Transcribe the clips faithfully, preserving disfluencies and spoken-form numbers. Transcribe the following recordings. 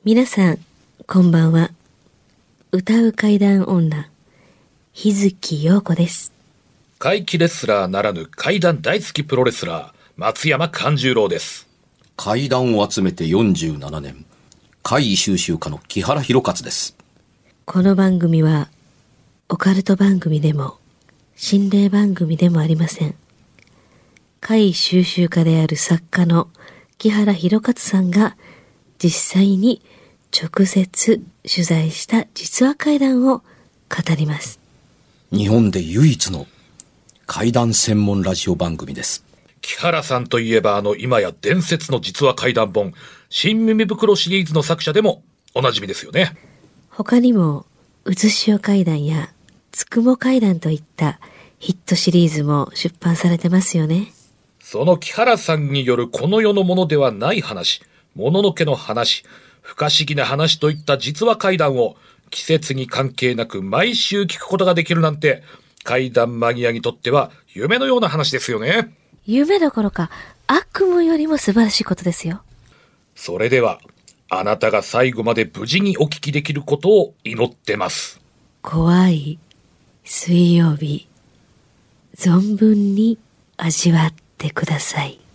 皆さんこんばんは。歌う怪談女日月陽子です。 怪奇レスラーならぬ怪談大好きプロレスラー松山勘十郎です。 怪談を集めてよんじゅうななねん、怪異収集家の木原博勝です。 この番組はオカルト番組でも心霊番組でもありません。怪異収集家である作家の木原博勝さんが実際に直接取材した実話怪談を語ります。 日本で唯一の怪談専門ラジオ番組です。 木原さんといえばあの今や伝説の実話怪談本新耳袋シリーズの作者でもおなじみですよね。 他にもうずしお怪談やつくも怪談といったヒットシリーズも出版されてますよね。 その木原さんによるこの世のものではない話、もののけの話、不可思議な話といった実話怪談を季節に関係なく毎週聞くことができるなんて怪談マニアにとっては夢のような話ですよね。 夢どころか悪夢よりも素晴らしいことですよ。 それではあなたが最後まで無事にお聞きできることを祈ってます。 怖い水曜日、存分に味わってください。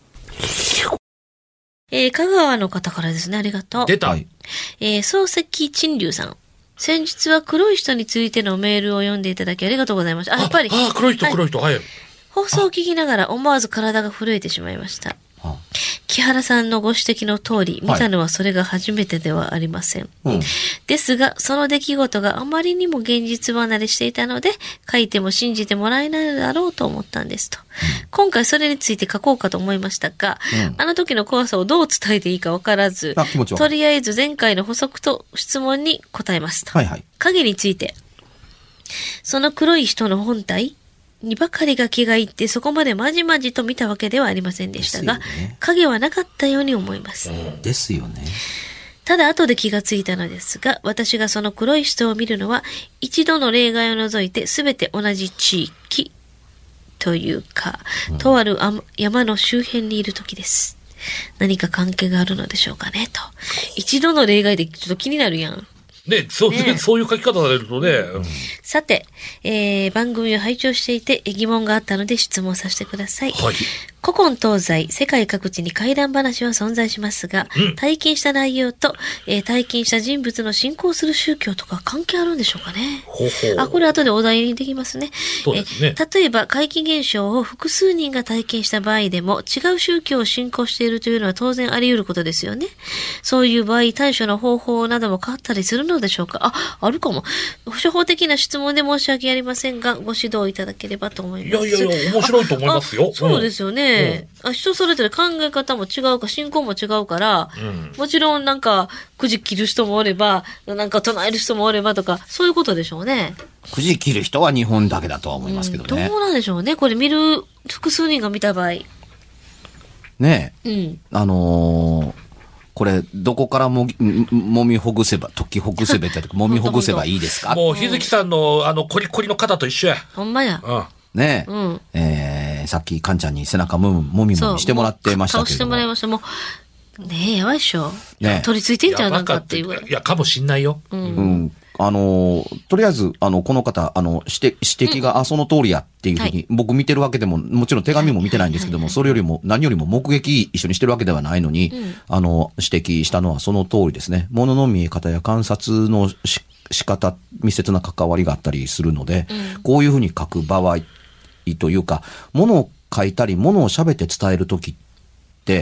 えー、香川の方からですね、ありがとう。 出た。 はい、 えー、漱石陳龍さん。先日は黒い人についてのメールを読んでいただきありがとうございました。あ、やっぱり。 ああ、黒い人、黒い人、はい。 放送を聞きながら思わず体が震えてしまいました。 あ木原さんのご指摘の通り、見たのはそれが初めてではありません。 うん、 ですが、その出来事があまりにも現実離れしていたので、書いても信じてもらえないだろうと思ったんですと。うん、今回それについて書こうかと思いましたが、うん、あの時の怖さをどう伝えていいかわからず、とりあえず前回の補足と質問に答えますと。 はいはい、 影について、その黒い人の本体にばかりが気がいってそこまでまじまじと見たわけではありませんでしたが、ね、影はなかったように思います。 ですよね。 ただ後で気がついたのですが、私がその黒い人を見るのは一度の例外を除いて全て同じ地域というか、うん、とある山の周辺にいる時です。何か関係があるのでしょうかねと。一度の例外でちょっと気になるやん。 ね、そう、ね、そういう書き方されるとね。うん、 さて、えー、番組を拝聴していて疑問があったので質問させてください。はい、古今東西、世界各地に怪談話は存在しますが、うん、体験した内容と、えー、体験した人物の信仰する宗教とか関係あるんでしょうかね。 ほうほう。 あ、これ後でお題にできますね。 そうですね。 えー、例えば怪奇現象を複数人が体験した場合でも違う宗教を信仰しているというのは当然あり得ることですよね。そういう場合、対処の方法なども変わったりするのでしょうか。あ、あるかも。初歩的な質問で申し訳ありませんが、ご指導いただければと思います。 いやいやいや、面白いと思いますよ。 そうですよね。うん、あ、人それぞれ考え方も違うか、信仰も違うから、うん、もちろんなんか、くじ切る人もおれば、なんか唱える人もおればとか、そういうことでしょうね。 くじ切る人は日本だけだとは思いますけどね。 うん、どうなんでしょうね。これ見る、複数人が見た場合。 ねえ。 うん。 あのー、これ、どこからも、もみほぐせば、解きほぐせべって、もみほぐせばいいですか？ もう、日月さんの、あの、コリコリの肩と一緒や。 ほんまや。 うん。 ねえ。 うん。 えー、さっき、かんちゃんに背中もみもみもみしてもらってましたけども。 倒してもらいました。もう、ねえ、やばいっしょ。 ねえ。 取り付いてんじゃん、なんかっていう。 いや、かもしんないよ。 うん。うんあの、とりあえず、あの、この方、あの、指摘、指摘が、うん、あ、その通りやっていうふうに、はい、僕見てるわけでも、もちろん手紙も見てないんですけども、それよりも、何よりも目撃一緒にしてるわけではないのに、うん、あの、指摘したのはその通りですね。物の見え方や観察のし仕方、密接な関わりがあったりするので、うん、こういうふうに書く場合というか、物を書いたり、物を喋って伝えるときって、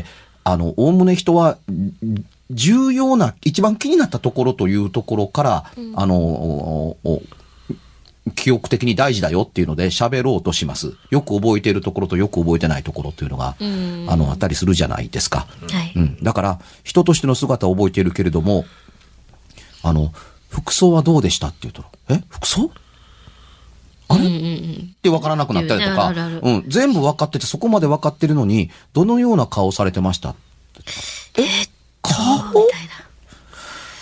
あの、おおむね人は、重要な、一番気になったところというところから、うん、あの、記憶的に大事だよっていうので喋ろうとします。よく覚えているところとよく覚えてないところっていうのが、うん、あの、あったりするじゃないですか。 はい、 うん。だから、人としての姿を覚えているけれども、あの、服装はどうでしたっていうと、え服装あれ、うんうんうん、って分からなくなったりとか、うん、全部分かっててそこまで分かってるのに、どのような顔されてましたえ顔みたいな。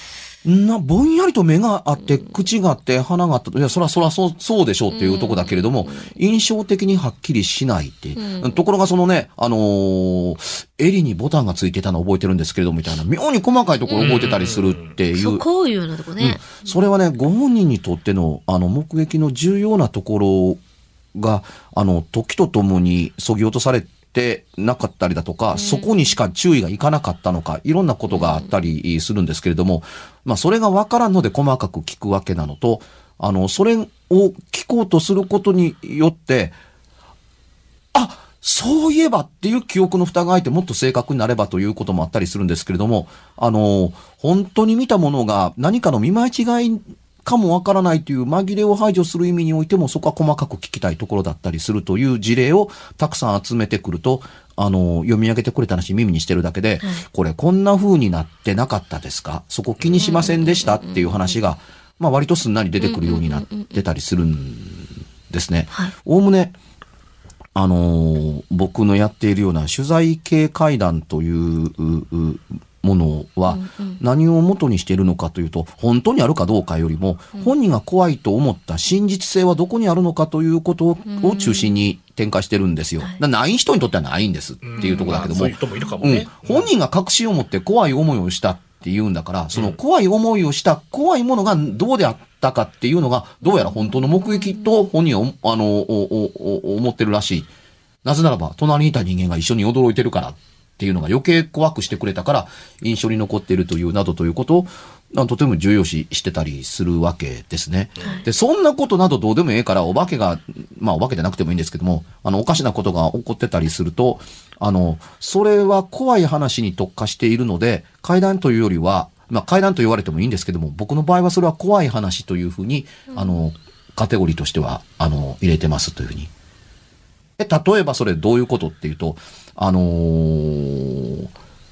な、ぼんやりと目があって、口があって、鼻があって、いや、そらそらそう、そうでしょうっていうとこだけれども、印象的にはっきりしないって。ところがそのね、あのー、襟にボタンがついてたの覚えてるんですけれども、みたいな、妙に細かいところ覚えてたりするっていう。 そう、こういうようなとこね、 うん。それはね、ご本人にとっての、あの、目撃の重要なところが、あの、時とともに削ぎ落とされて、てなかったりだとか、うん、そこにしか注意がいかなかったのか、いろんなことがあったりするんですけれども、まあそれがわからんので細かく聞くわけなのと、あの、それを聞こうとすることによって、あ、そういえばっていう記憶の蓋が開いてもっと正確になればということもあったりするんですけれども、あの、本当に見たものが何かの見間違いかもわからないという紛れを排除する意味においてもそこは細かく聞きたいところだったりするという事例をたくさん集めてくると、あの、読み上げてくれた話耳にしてるだけで、はい、これこんな風になってなかったですか？そこ気にしませんでしたっていう話が、まあ割とすんなり出てくるようになってたりするんですね。おおむね、あのー、僕のやっているような取材系怪談というものは何を元にしているのかというと、本当にあるかどうかよりも本人が怖いと思った真実性はどこにあるのかということを中心に展開してるんですよ。だない人にとってはないんですっていうところだけども、本人が確信を持って怖い思いをしたっていうんだから、その怖い思いをした怖いものがどうであったかっていうのがどうやら本当の目撃と本人はあの思ってるらしい。なぜならば隣にいた人間が一緒に驚いてるからっていうのが余計怖くしてくれたから印象に残っているというなどということをとても重要視してたりするわけですね。で、そんなことなどどうでもええからお化けが、まあお化けじゃなくてもいいんですけども、あのおかしなことが起こってたりすると、あの、それは怖い話に特化しているので、怪談というよりは、まあ怪談と言われてもいいんですけども、僕の場合はそれは怖い話というふうに、あの、カテゴリーとしては、あの、入れてますというふうに。え、例えばそれどういうことっていうと、あのー、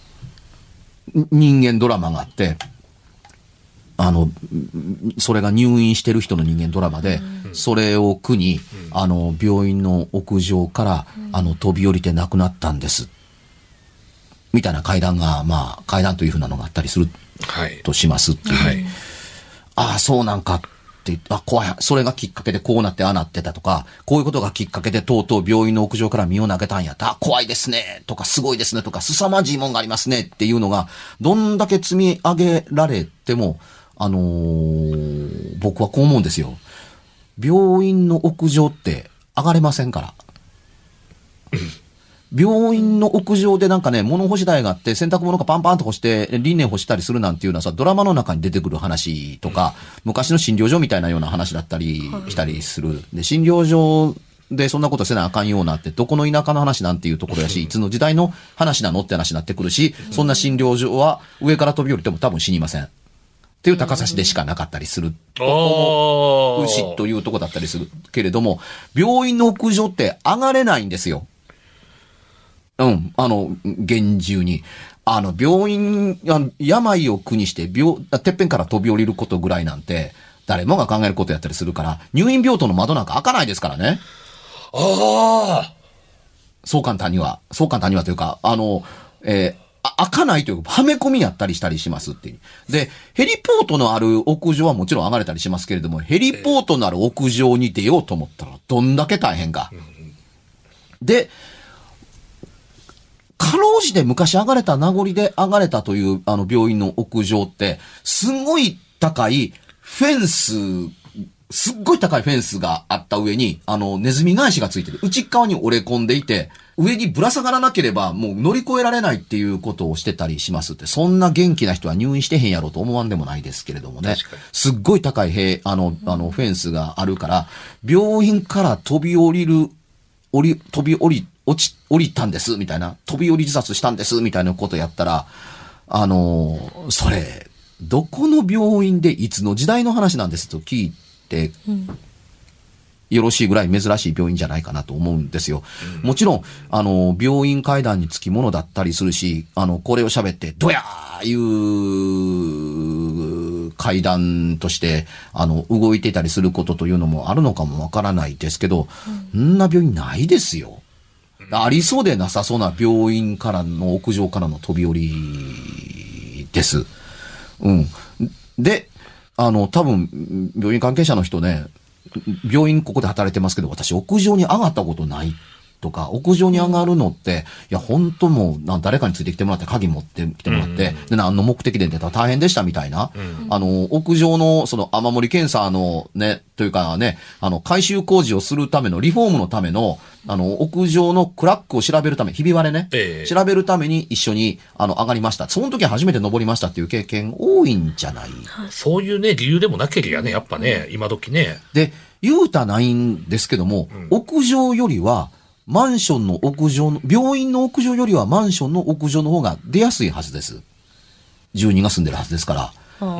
人間ドラマがあって、あの、それが入院してる人の人間ドラマで、うん、それを苦に、うん、あの、病院の屋上から、うん、あの、飛び降りて亡くなったんです。みたいな怪談が、まあ、怪談というふうなのがあったりする、はい、としますっていう、はい。ああ、そうなんかって、あ、怖い。それがきっかけでこうなってああなってたとか、こういうことがきっかけでとうとう病院の屋上から身を投げたんやった。怖いですね。とか、すごいですね。とか、凄まじいもんがありますね。っていうのが、どんだけ積み上げられても、あのー、僕はこう思うんですよ。病院の屋上って上がれませんから。病院の屋上でなんかね、物干し台があって洗濯物がパンパンと干してリネン干したりするなんていうのはさ、ドラマの中に出てくる話とか、昔の診療所みたいなような話だったりしたりする。で、診療所でそんなことせなあかんようなって、どこの田舎の話なんていうところやし、いつの時代の話なのって話になってくるし、そんな診療所は上から飛び降りても多分死にません。っていう高さでしかなかったりすると思うしというとこだったりするけれども、病院の屋上って上がれないんですよ。うん、あの、厳重に。あの、病院、病を苦にして、病、てっぺんから飛び降りることぐらいなんて、誰もが考えることやったりするから、入院病棟の窓なんか開かないですからね。 ああ。 そう簡単には、そう簡単にはというか、あの、えー開かないというか、はめ込みやったりしたりしますっていう。で、ヘリポートのある屋上はもちろん上がれたりしますけれども、ヘリポートのある屋上に出ようと思ったら、どんだけ大変か。で、かろうじて昔上がれた名残で上がれたというあの病院の屋上って、すごい高いフェンス、すっごい高いフェンスがあった上に、あの、ネズミ返しがついてる。内側に折れ込んでいて、上にぶら下がらなければもう乗り越えられないっていうことをしてたりしますって。そんな元気な人は入院してへんやろうと思わんでもないですけれどもね。すっごい高い塀、あの、あの、フェンスがあるから、病院から飛び降りる、降り、飛び降り、落ち、降りたんです、みたいな。飛び降り自殺したんです、みたいなことやったら、あの、それ、どこの病院でいつの時代の話なんですと聞いて、うんよろしいぐらい珍しい病院じゃないかなと思うんですよ。うん、もちろん、あの、病院階段につきものだったりするし、あの、これを喋って、どやーいう階段として、あの、動いていたりすることというのもあるのかもわからないですけど、うん、んな病院ないですよ。ありそうでなさそうな病院からの屋上からの飛び降りです。うん。 で、あの、多分、病院関係者の人ね、病院ここで働いてますけど、私屋上に上がったことないとか、屋上に上がるのって、いや、本当もう、な誰かについてきてもらって、鍵持ってきてもらって、うん、で、何の目的で出たら大変でしたみたいな、うん、あの、屋上の、その、雨漏り検査のね、というかね、あの、改修工事をするための、リフォームのための、あの、屋上のクラックを調べるため、ひび割れね、えー、調べるために一緒に、あの、上がりました。その時初めて登りましたっていう経験多いんじゃない？ そういうね、理由でもなければね、やっぱね、今時ね。 で、言うたないんですけども、うん、屋上よりは、マンションの屋上の、病院の屋上よりはマンションの屋上の方が出やすいはずです。住人が住んでるはずですから。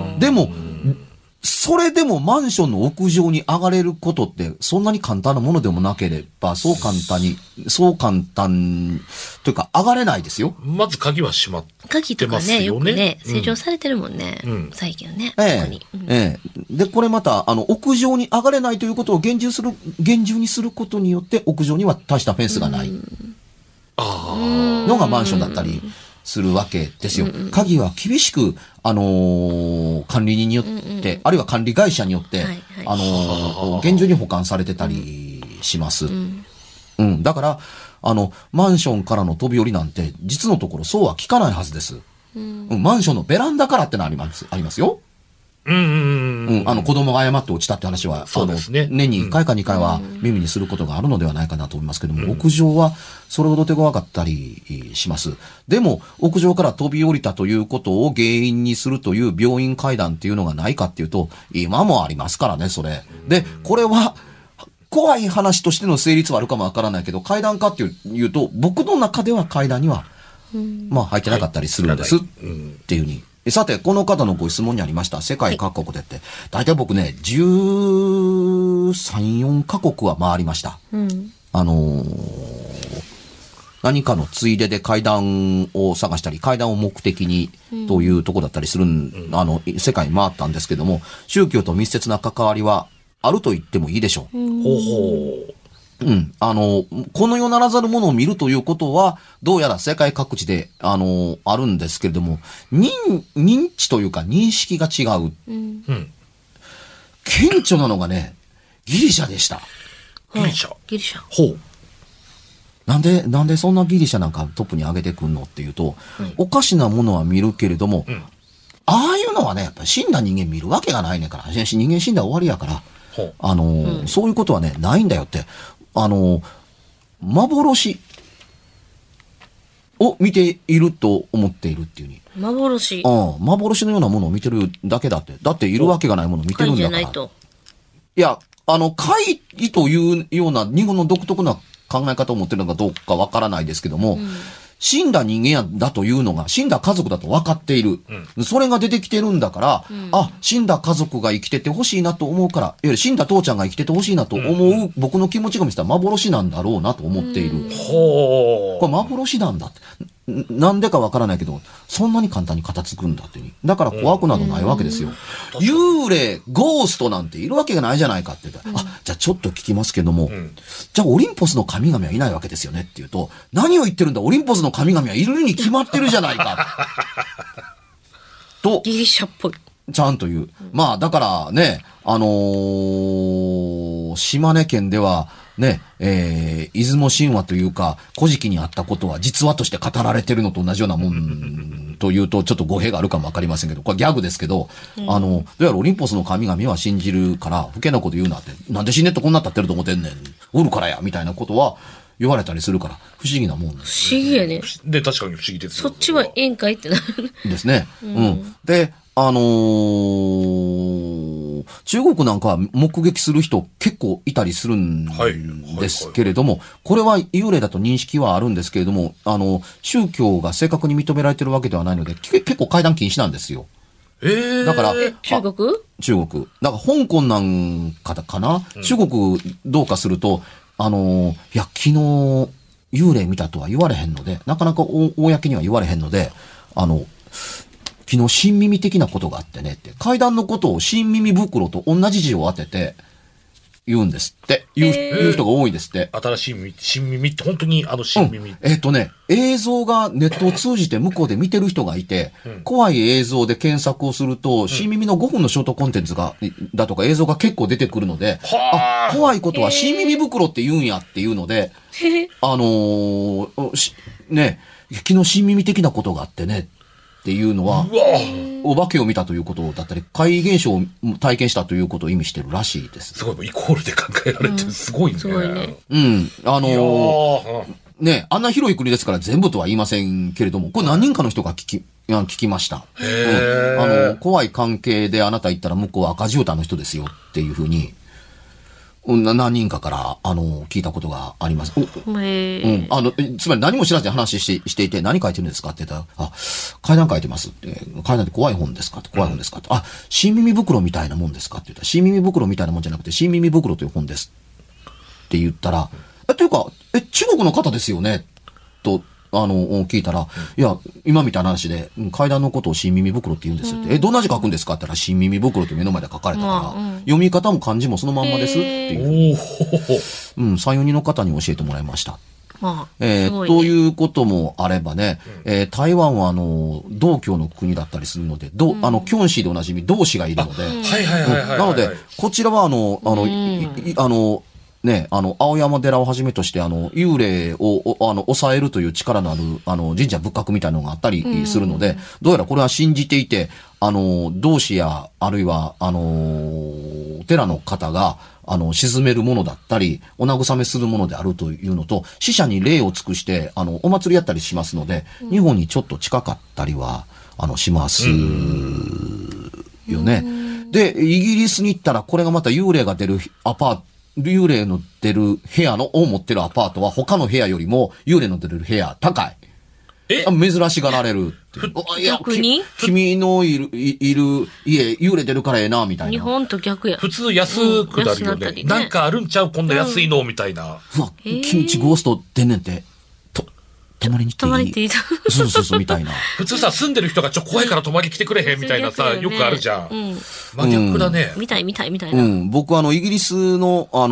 でも、それでもマンションの屋上に上がれることってそんなに簡単なものでもなければ、そう簡単に、そう簡単というか上がれないですよ。 まず鍵は閉まってますよね。 鍵とかね、よくね、施錠されてるもんね。うん、最近はね。 ええ、ここにうん、ええ。で、これまた、あの、屋上に上がれないということを厳重する、厳重にすることによって、屋上には大したフェンスがない。のがマンションだったりするわけですよ。鍵は厳しく、あのー、管理人によって、うんうん、あるいは管理会社によって、はいはい、あのー、厳重に保管されてたりします。うん。うん、だから、あの、マンションからの飛び降りなんて、実のところそうは聞かないはずです。うん、マンションのベランダからってのあります、ありますよ。 うんうんうん。 うん、あの、子供が誤って落ちたって話は、 そうですね。 年にいっかいかにかいは耳にすることがあるのではないかなと思いますけども、うん、屋上はそれほど手強かったりします。でも、屋上から飛び降りたということを原因にするという病院階段っていうのがないかっていうと、今もありますからね、それ。で、これは、怖い話としての成立はあるかもわからないけど、階段かっていうと、僕の中では階段には、まあ入ってなかったりするんです。っていうふうに。さて、この方のご質問にありました。世界各国でって。大体僕ね、じゅうさん、よんカ国は回りました。うん、あのー、何かのついでで階段を探したり、階段を目的にというとこだったりする、うん、あの、世界回ったんですけども、宗教と密接な関わりはあると言ってもいいでしょう。うん、ほうほう。うん。あの、この世ならざるものを見るということは、どうやら世界各地で、あの、あるんですけれども、認、認知というか認識が違う。うん。顕著なのがね、ギリシャでした。 ギリシャ、 ギリシャ。 ほう。 なんで、なんでそんなギリシャなんかトップに上げてくんのっていうと、うん、おかしなものは見るけれども、うん、ああいうのはね、やっぱり死んだ人間見るわけがないねんから、人間死んだら終わりやから、あの、うん、そういうことはね、ないんだよって。あの、幻を見ていると思っているっていうに。 幻ああ、幻のようなものを見てるだけだって。だっているわけがないものを見てるんだから。いや、あの、怪異というような日本の独特な考え方を持ってるのかどうかわからないですけども、うん、死んだ人間だというのが、死んだ家族だと分かっている。うん、それが出てきてるんだから、うん、あ、死んだ家族が生きててほしいなと思うから、いわゆる死んだ父ちゃんが生きててほしいなと思う、うん、僕の気持ちが見せた幻なんだろうなと思っている。うん、これ幻なんだって。なんでかわからないけど、そんなに簡単に片付くんだって。だから怖くなどないわけですよ。幽霊、ゴーストなんているわけがないじゃないかって言ったら、うん、あ、じゃあちょっと聞きますけども、うん、じゃあオリンポスの神々はいないわけですよねって言うと、何を言ってるんだ、オリンポスの神々はいるに決まってるじゃないか。と、 ギリシャっぽい。 ちゃんと言う。まあ、だからね、あのー、島根県では、ね、えー、出雲神話というか、古事記にあったことは実話として語られてるのと同じようなもんというと、ちょっと語弊があるかもわかりませんけど、これギャグですけど、うん、あの、どうやらオリンポスの神々は信じるから、不敬なこと言うなって、なんで死んでってこんな立ってると思ってんねん、おるからや、みたいなことは言われたりするから、不思議なもん、ね。 不思議やね。 で、確かに不思議ですよ。そっちはええんかいってなる。 ですね。うん。うん、で、あのー、中国なんかは目撃する人結構いたりするんですけれども、これは幽霊だと認識はあるんですけれども、あの、宗教が正確に認められてるわけではないので、結構階段禁止なんですよ。 えー、 だから、 中国中国。だから香港なんかかな、うん、中国どうかすると、あのー、いや、昨日幽霊見たとは言われへんので、なかなか公には言われへんので、あの、昨日新耳的なことがあってねって、階段のことを新耳袋と同じ字を当てて言うんですって。言う、言う人が多いんですって。 新しい耳、新耳って本当にあの新耳。 うん、えっとね、映像がネットを通じて向こうで見てる人がいて、うん、怖い映像で検索をすると、うん、新耳のごふんのショートコンテンツが、だとか映像が結構出てくるので、あ、怖いことは新耳袋って言うんやっていうので、あのー、ね、昨日新耳的なことがあってね、っていうのは、お化けを見たということだったり、怪異現象を体験したということを意味してるらしいです。 すごい、イコールで考えられてすごいね。うん、すごいね。 うん。あのー、ね、あんな広い国ですから全部とは言いませんけれども、これ何人かの人が聞き、聞きました。 へうん、あの、怖い関係であなた言ったら向こうは赤絨毯の人ですよっていうふうに、何人かから、あの、聞いたことがあります。うん。あの、つまり何も知らずに話して、していて、何書いてるんですかって言ったら、あ、階段書いてますって、階段って怖い本ですかって、怖い本ですかって、あ、新耳袋みたいなもんですかって言ったら、新耳袋みたいなもんじゃなくて、新耳袋という本ですって言ったら、え、というか、え、中国の方ですよねと、あの、聞いたら、いや、今みたいな話で、階段のことを新耳袋って言うんですって。うん、え、どんな字書くんですかって言ったら、新耳袋って目の前で書かれたから、まあうん、読み方も漢字もそのまんまですっていう。うん、さん、よにんの方に教えてもらいました。まあ、えーね、ということもあればね、うん、えー、台湾はあの、道教の国だったりするので、ど、うん、あの、キョンシーでおなじみ道士がいるので、はいはいはいはい。 なので、こちらはあの、あの、うん、あの、ね、あの、青山寺をはじめとして、あの、幽霊を、あの、抑えるという力のある、あの、神社仏閣みたいなのがあったりするので、どうやらこれは信じていて、あの、道士や、あるいは、あの、寺の方が、あの、沈めるものだったり、お慰めするものであるというのと、死者に礼を尽くして、あの、お祭りやったりしますので、うん、日本にちょっと近かったりは、あの、しますよね。で、イギリスに行ったら、これがまた幽霊が出るアパート、幽霊の出る部屋のを持ってるアパートは他の部屋よりも幽霊の出る部屋高い。え珍しがられるっていう。いや、 逆に君のいる、い, いる家、幽霊出るからええな、みたいな。 日本と逆や。 普通安くなるよね。うん、ねなんかあるんちゃうこんな安いの、うん、みたいな。 うわ、君ちゴースト出んねんて。と、泊まりに来ていい？ 泊まりに来ていいそうそうそう、みたいな。 普通さ、住んでる人がちょ、怖いから泊まり来てくれへんみたいなさ、よくあるじゃん。うん。真逆だね。 見たい見たいみたいな。 うん。僕はあの、イギリスの、あの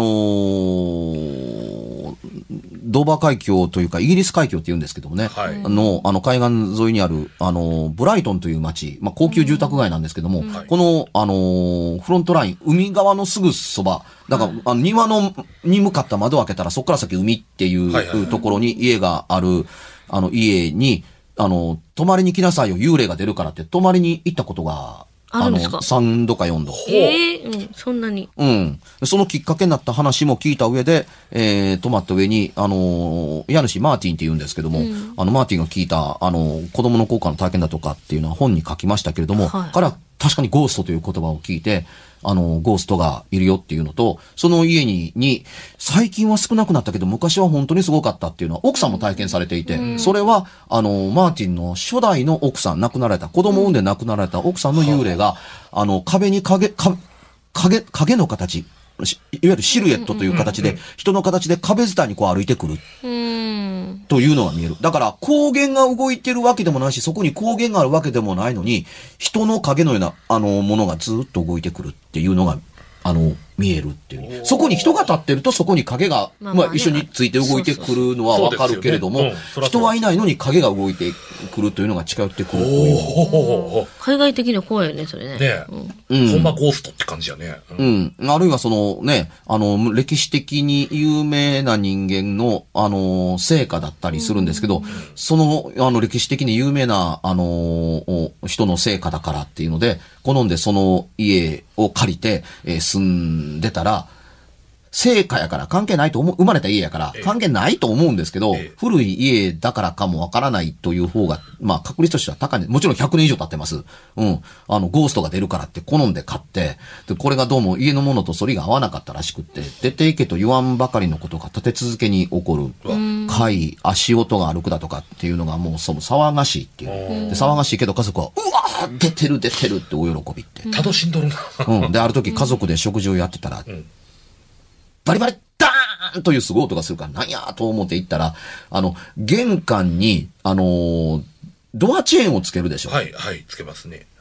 ー、ドーバー海峡というか、イギリス海峡って言うんですけどもね。はい。あの、あの、海岸沿いにある、あの、ブライトンという町、まあ、高級住宅街なんですけども、うん、この、あのー、フロントライン、海側のすぐそば、だから、あの庭の、に向かった窓を開けたら、そこから先海っていうところに家がある、あの、家に、あの、泊まりに来なさいよ、幽霊が出るからって泊まりに行ったことが、 あるんですか？ さんどかよんど。 ええー、うん、そんなに。 うん。そのきっかけになった話も聞いた上で、えー、泊まった上に、あのー、家主マーティンって言うんですけども、うん、あの、マーティンが聞いた、あの、子供の効果の体験だとかっていうのは本に書きましたけれども、はい、から確かにゴーストという言葉を聞いて、あの、ゴーストがいるよっていうのと、その家に、に、最近は少なくなったけど、昔は本当にすごかったっていうのは、奥さんも体験されていて、うん、それは、あの、マーティンの初代の奥さん、亡くなられた、子供を産んで亡くなられた奥さんの幽霊が、うん、あの、壁に影、影、影の形、いわゆるシルエットという形で、人の形で壁伝いにこう歩いてくる。というのが見える。だから、光源が動いてるわけでもないし、そこに光源があるわけでもないのに、人の影のような、あの、ものがずっと動いてくるっていうのが、あの、見えるっていう。そこに人が立ってると、そこに影が、まあ、まあ、一緒について動いてくるのはわかるけれども、ねうん、人はいないのに影が動いてくるというのが近寄ってくるという。 海外的には怖いよね、それね。 ねえ。うん。ほんまゴーストって感じやね。 うん。うん、あるいはそのね、あの、歴史的に有名な人間の、あの、成果だったりするんですけど、うん、その、あの、歴史的に有名な、あの、人の成果だからっていうので、好んでその家を借りて、えー、住んでたら、成果やから関係ないと思う、生まれた家やから関係ないと思うんですけど、ええ、古い家だからかもわからないという方が、まあ確率としては高い。もちろんひゃくねん以上経ってます。うん。あの、ゴーストが出るからって好んで買って、で、これがどうも家のものと反りが合わなかったらしくって、出ていけと言わんばかりのことが立て続けに起こる。怪、足音が歩くだとかっていうのがもうその騒がしいっていう。で、騒がしいけど家族は、うわー出てる出てるって大喜びって。 楽しんどるな。 うん。で、ある時家族で食事をやってたら、うんバリバリダーンというすごい音がするから、なんやと思って行ったら、あの、玄関に、あのー、ドアチェーンをつけるでしょ。 はい、はい、つけますね。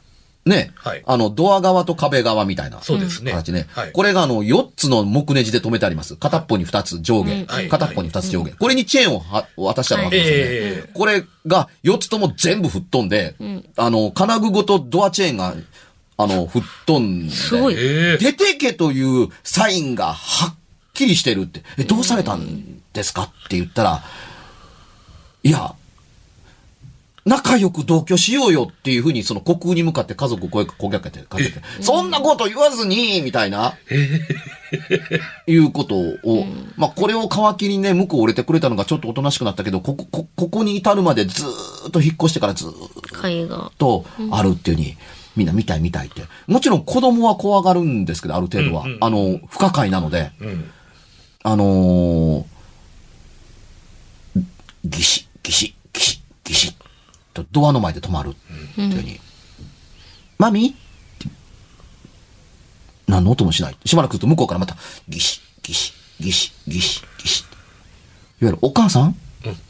ね、 はいあの、ドア側と壁側みたいなそうですね。 形ね。 はいこれがあの、よっつの木ネジで止めてあります。片っぽにふたつ上下、 はい片っぽにふたつ上下。これにチェーンをは渡したわけですよね。 ええこれがよっつとも全部吹っ飛んで、あの、金具ごとドアチェーンが、あの、吹っ飛んで、 すごい。 ええ出てけというサインがはっきりしてるって、え、どうされたんですかって言ったら、いや、仲良く同居しようよっていうふうに、その国空に向かって家族声こぎかけて、かけて、そんなこと言わずに、みたいな、いうことを、まあ、これを皮切りにね、向こう折れてくれたのがちょっとおとなしくなったけど、ここ、こ、ここに至るまでずーっと引っ越してからずーっ会が。 とあるっていうふうに、みんな見たい見たいって。もちろん子供は怖がるんですけど、ある程度は。 うんうんあの、不可解なので、 うん。 あのー、ギシ、ギシ、ギシ、ギシとドアの前で止まるっていうふうに、マミって何の音もしない。しばらくすると向こうからまた、ギシ、ギシ、ギシ、ギシ、ギシ。いわゆる、お母さん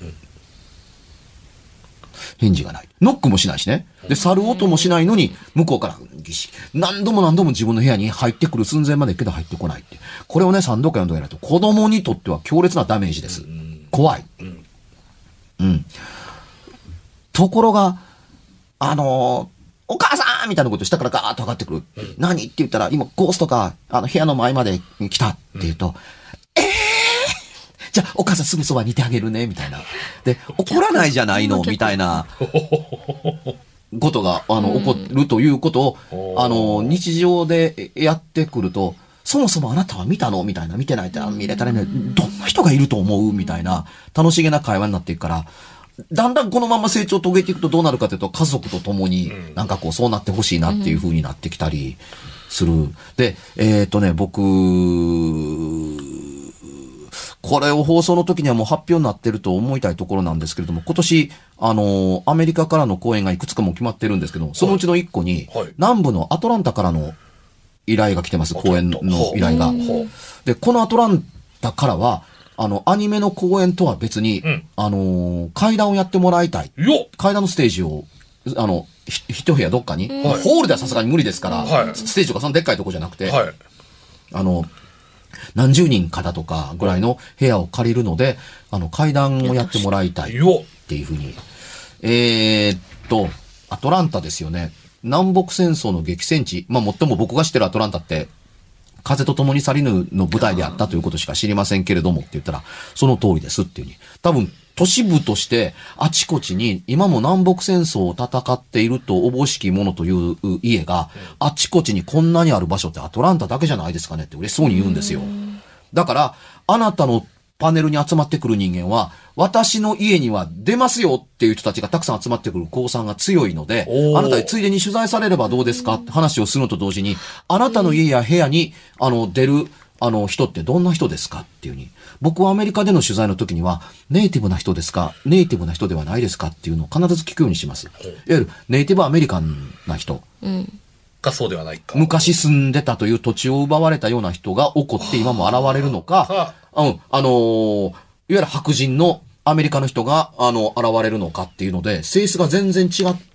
返事がない。ノックもしないしね。で、去る音もしないのに、向こうからギシ。何度も何度も自分の部屋に入ってくる寸前まで行くけど入ってこないって。これをね、さんどかよんどかやらないと、子供にとっては強烈なダメージです。怖い。うん。ところが、あのーお母さんみたいなこと下からガーッと上がってくる。何って言ったら、今ゴーストが、あの、部屋の前まで来たって言うと、ええー、じゃあ、お母さんすぐそばにいてあげるね、みたいな。で、怒らないじゃないの、みたいな、ことが、あの、起こるということを、あの、日常でやってくると、そもそもあなたは見たのみたいな、見てないって、あ見れたらね、どんな人がいると思うみたいな、楽しげな会話になっていくから、だんだんこのまま成長を遂げていくとどうなるかというと、家族と共になんかこうそうなってほしいなっていう風になってきたりする。で、えっとね、僕、これを放送の時にはもう発表になってると思いたいところなんですけれども、今年、あの、アメリカからの公演がいくつかも決まってるんですけども、そのうちのいっこに、南部のアトランタからの依頼が来てます、公演の依頼が。で、このアトランタからは、あの、アニメの公演とは別に、 うんあのー階段をやってもらいたい。 よっ階段のステージを、あの、ひ一部屋どっかに、 はいホールではさすがに無理ですから、 はいステージとかそのでっかいとこじゃなくて、 はい。 あの、何十人かだとかぐらいの部屋を借りるので、あの、階段をやってもらいたいっよっていうふうに。えーっと、アトランタですよね。南北戦争の激戦地。まあ、最も僕が知ってるアトランタって、風と共に去りぬの舞台であったということしか知りませんけれどもって言ったら、その通りですっていうに。多分、都市部としてあちこちに今も南北戦争を戦っているとおぼしきものという家があちこちにこんなにある場所ってアトランタだけじゃないですかねって嬉しそうに言うんですよ。だから、あなたのパネルに集まってくる人間は、私の家には出ますよっていう人たちがたくさん集まってくる公算が強いのでお、ーあなたについでに取材されればどうですかって話をするのと同時に、あなたの家や部屋に、あの、出る、あの、人ってどんな人ですかっていうに。僕はアメリカでの取材の時には、ネイティブな人ですかネイティブな人ではないですかっていうのを必ず聞くようにします。いわゆる、ネイティブアメリカンな人。 うん。 かそうではないか。 昔住んでたという土地を奪われたような人が起こって今も現れるのか、うん、あのーいわゆる白人のアメリカの人が、あの、現れるのかっていうので、性質が全然違って、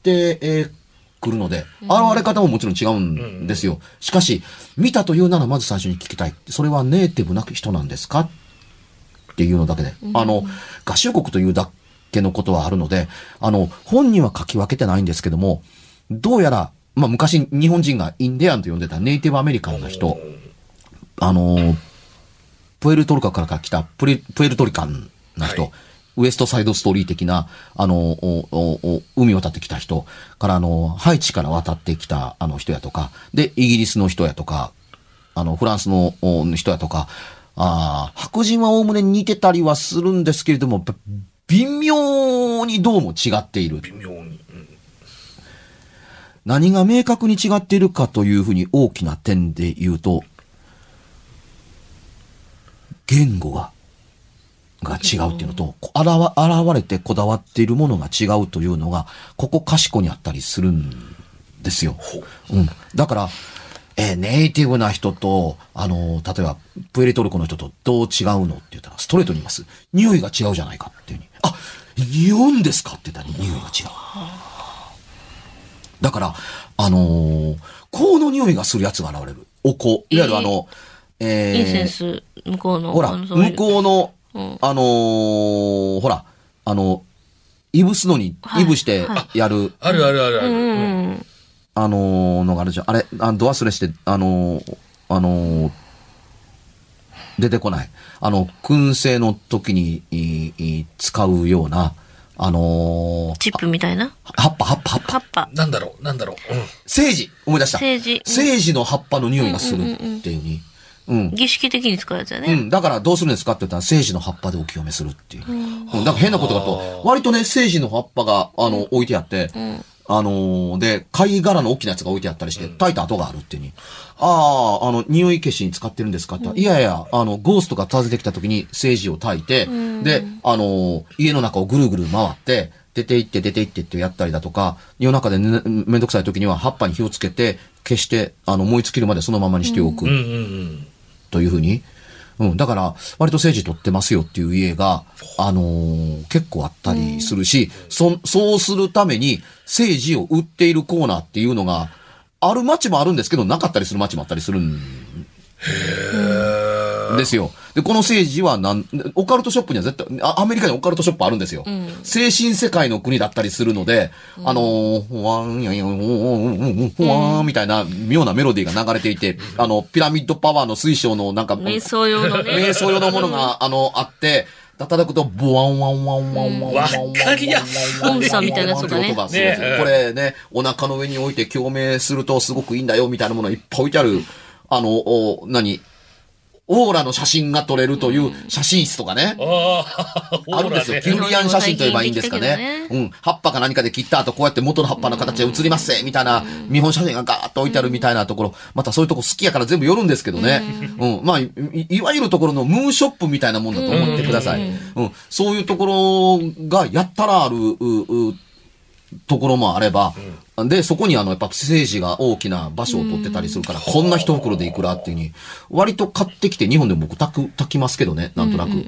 えー、くるので、現れ方ももちろん違うんですよ。しかし、見たというならまず最初に聞きたい。それはネイティブな人なんですかっていうのだけで。あの、合衆国というだけのことはあるので、あの、本には書き分けてないんですけども、どうやら、まあ昔日本人がインディアンと呼んでたネイティブアメリカンな人、あの、プエルトリカから来たプレプエルトリカンな人、はい、ウエストサイドストーリー的な、あの、おお海を渡ってきた人から、あの、ハイチから渡ってきたあの人やとか、で、イギリスの人やとか、あの、フランスの人やとか、あ白人はおおむね似てたりはするんですけれども、微妙にどうも違っている。 微妙に。うん、 何が明確に違っているかというふうに大きな点で言うと、言語が、が違うっていうのと、現れてこだわっているものが違うというのが、ここかしこにあったりするんですよ。うん。だから、えー、ネイティブな人と、あのー、例えば、プエルトリコの人とどう違うのって言ったら、ストレートに言います。匂いが違うじゃないかっていうふうに。あ、匂うんですかって言ったら、匂いが違う。だから、 あのー、香の匂いがするやつが現れる。お香。いわゆるあの、えー、 インセンス、向こうの。 ほら、向こうの、うん、あのー、ほら、あの、いぶすのに、いぶしてやる、はいはい。 あるあるあるある。うんうんあのー、のがあるじゃん。あれ、あド忘れして、あのー、あのー、出てこない。あの、燻製の時にいい使うような、あのー、 チップみたいな葉っぱ、葉っぱ、葉っぱ。 葉っぱ。 なんだろう、なんだろう。うん。 セージ思い出した。 セージ。 セージの葉っぱの匂いがするっていうに。うん。 儀式的に使うやつだね。 うん。だからどうするんですかって言ったら、セージの葉っぱでお清めするっていう。うん。だから変なことだと、割とね、セージの葉っぱが、あの、置いてあって、うんあのー、で、貝殻の大きなやつが置いてあったりして、炊いた跡があるっていうに。ああ、あの、匂い消しに使ってるんですかって、うん、いやいや、あの、ゴーストが訪ねてきた時にセージを炊いて、うん、で、あのー、家の中をぐるぐる回って、出て行って出て行ってってやったりだとか、夜中で、ね、めんどくさい時には葉っぱに火をつけて、消して、あの、燃え尽きるまでそのままにしておく。うん、というふうに。うん。だから、割とセージ取ってますよっていう家が、あのー、結構あったりするし、そ、そうするために、セージを売っているコーナーっていうのが、ある街もあるんですけど、なかったりする街もあったりするんですよ。で、このセージはなん、オカルトショップには絶対、アメリカにオカルトショップあるんですよ。うん、精神世界の国だったりするので、うん、あのー、ほわんやんやん、ほわんみたいな妙なメロディーが流れていて、あの、ピラミッドパワーの水晶のなんか、 瞑想用のね。 瞑想用のものが、あの、あって、叩くと、ボワンワンワンワンワンワンワンワンワン。 わかりやすい。 音差みたいなやつがね。 これね、お腹の上に置いて共鳴するとすごくいいんだよ、みたいなものがいっぱい置いてある、あの、お、何オーラの写真が撮れるという写真室とかね。うん、あるんですよ。キュリアン写真と言えばいいんですかね。ねうん。葉っぱか何かで切った後、こうやって元の葉っぱの形で写りますぜ、みたいな、見本写真がガーッと置いてあるみたいなところ。またそういうとこ好きやから全部寄るんですけどね。うん。うん、まあい、いわゆるところのムーンショップみたいなもんだと思ってください。うん。うん、そういうところがやったらある、う、う、ところもあれば、うん、で、そこにあの、やっぱ政治が大きな場所を取ってたりするから、こんな一袋でいくらっていうに、割と買ってきて日本でも僕炊く、炊きますけどね、なんとなく。うん、うん、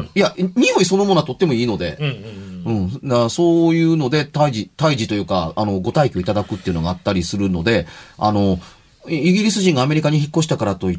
いや、匂いそのものはとってもいいので、うん、うん、だからそういうので、退治、退治というか、あの、ご退去いただくっていうのがあったりするので、あの、イギリス人がアメリカに引っ越したからといって、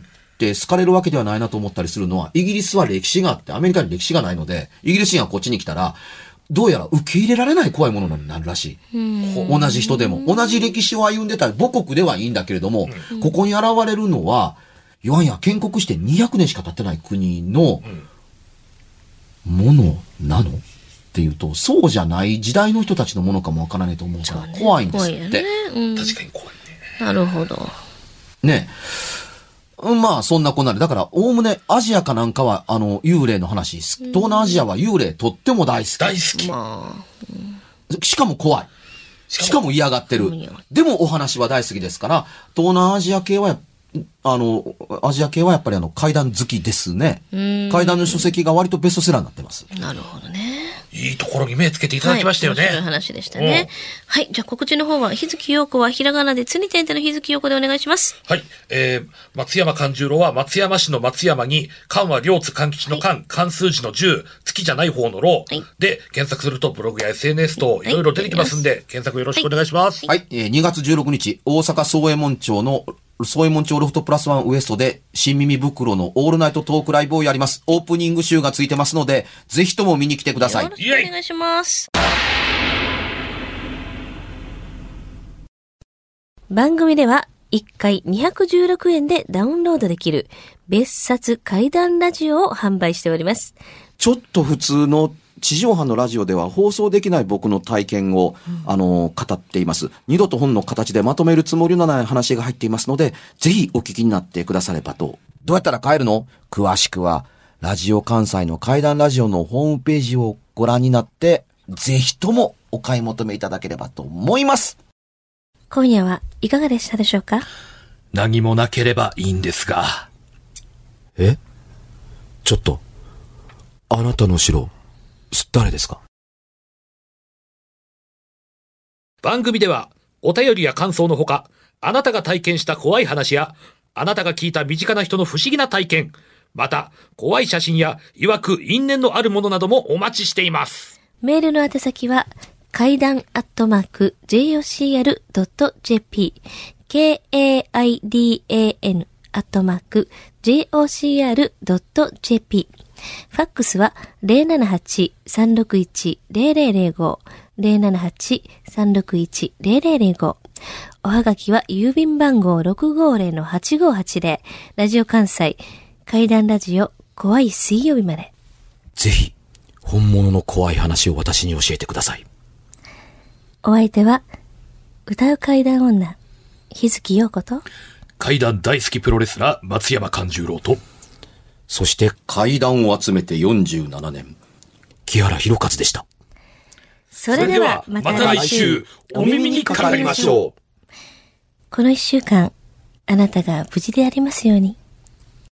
好かれるわけではないなと思ったりするのは、イギリスは歴史があって、アメリカに歴史がないので、イギリス人がこっちに来たら、どうやら受け入れられない怖いものになるらしい。同じ人でも。同じ歴史を歩んでた母国ではいいんだけれども、うん、ここに現れるのは、いわんや建国してにひゃくねんしか経ってない国のものなのっていうと、そうじゃない時代の人たちのものかもわからないと思うから、怖いんですって。ねうん、確かに怖いね。 なるほど。 ねまあ、そんなこんなで。だから、おおむね、アジアかなんかは、あの、幽霊の話。東南アジアは幽霊とっても大好き。 大好き。 まあうん、しかも怖い。しかも嫌がってる。でも、お話は大好きですから、東南アジア系は、あの、アジア系はやっぱりあの、怪談好きですね。怪談の書籍が割とベストセラーになってます。 なるほどね。 いいところに目つけていただきましたよね。 はい、面白い話でしたね。はい。じゃあ告知の方は、日月陽子はひらがなで、つに点々の日月陽子でお願いします。 はい。えー、松山勘十郎は松山市の松山に、勘は両津勘吉の勘、漢、はい、数字のじゅう、月じゃない方のろう、はい、で、検索するとブログや エスエヌエス といろいろ出てきますんで、はい、検索よろしくお願いします。 はい。はい、えー、にがつじゅうろくにち、大阪宗右衛門町の宗右衛門町ロフトプラスワンウエストで新耳袋のオールナイトトークライブをやります。オープニング集がついてますので、ぜひとも見に来てください。よろしくお願いします。番組ではいっかいにひゃくじゅうろくえんでダウンロードできる別冊怪談ラジオを販売しております。 ちょっと普通の地上波のラジオでは放送できない僕の体験を、うん、あの、語っています。二度と本の形でまとめるつもりのない話が入っていますので、ぜひお聞きになってくださればと。どうやったら帰るの？詳しくは、ラジオ関西の怪談ラジオのホームページをご覧になって、ぜひともお買い求めいただければと思います。 今夜はいかがでしたでしょうか？ 何もなければいいんですが。 え？ちょっと、あなたの城、誰ですか？ 番組ではお便りや感想のほか、あなたが体験した怖い話やあなたが聞いた身近な人の不思議な体験、また怖い写真や曰く因縁のあるものなどもお待ちしています。 メールの宛先は怪談アットマーク ジェイオーシーアールドットジェーピー ケーエーアイディーエーエヌ アットマーク ジェイオーシーアールドットジェーピー。ファックスは ゼロななはち さんろくいち ゼロゼロゼロご ゼロななはち さんろくいち ゼロゼロゼロご。おはがきは郵便番号 ろくごゼロのはちごはちゼロ ラジオ関西怪談ラジオ怖い水曜日まで。 ぜひ本物の怖い話を私に教えてください。 お相手は歌う怪談女日月陽子と怪談大好きプロレスラー松山勘十郎と、 そして怪談を集めてよんじゅうななねん、 木原博一でした。 それではまた来週お耳にかかりましょう。 この一週間あなたが無事でありますように。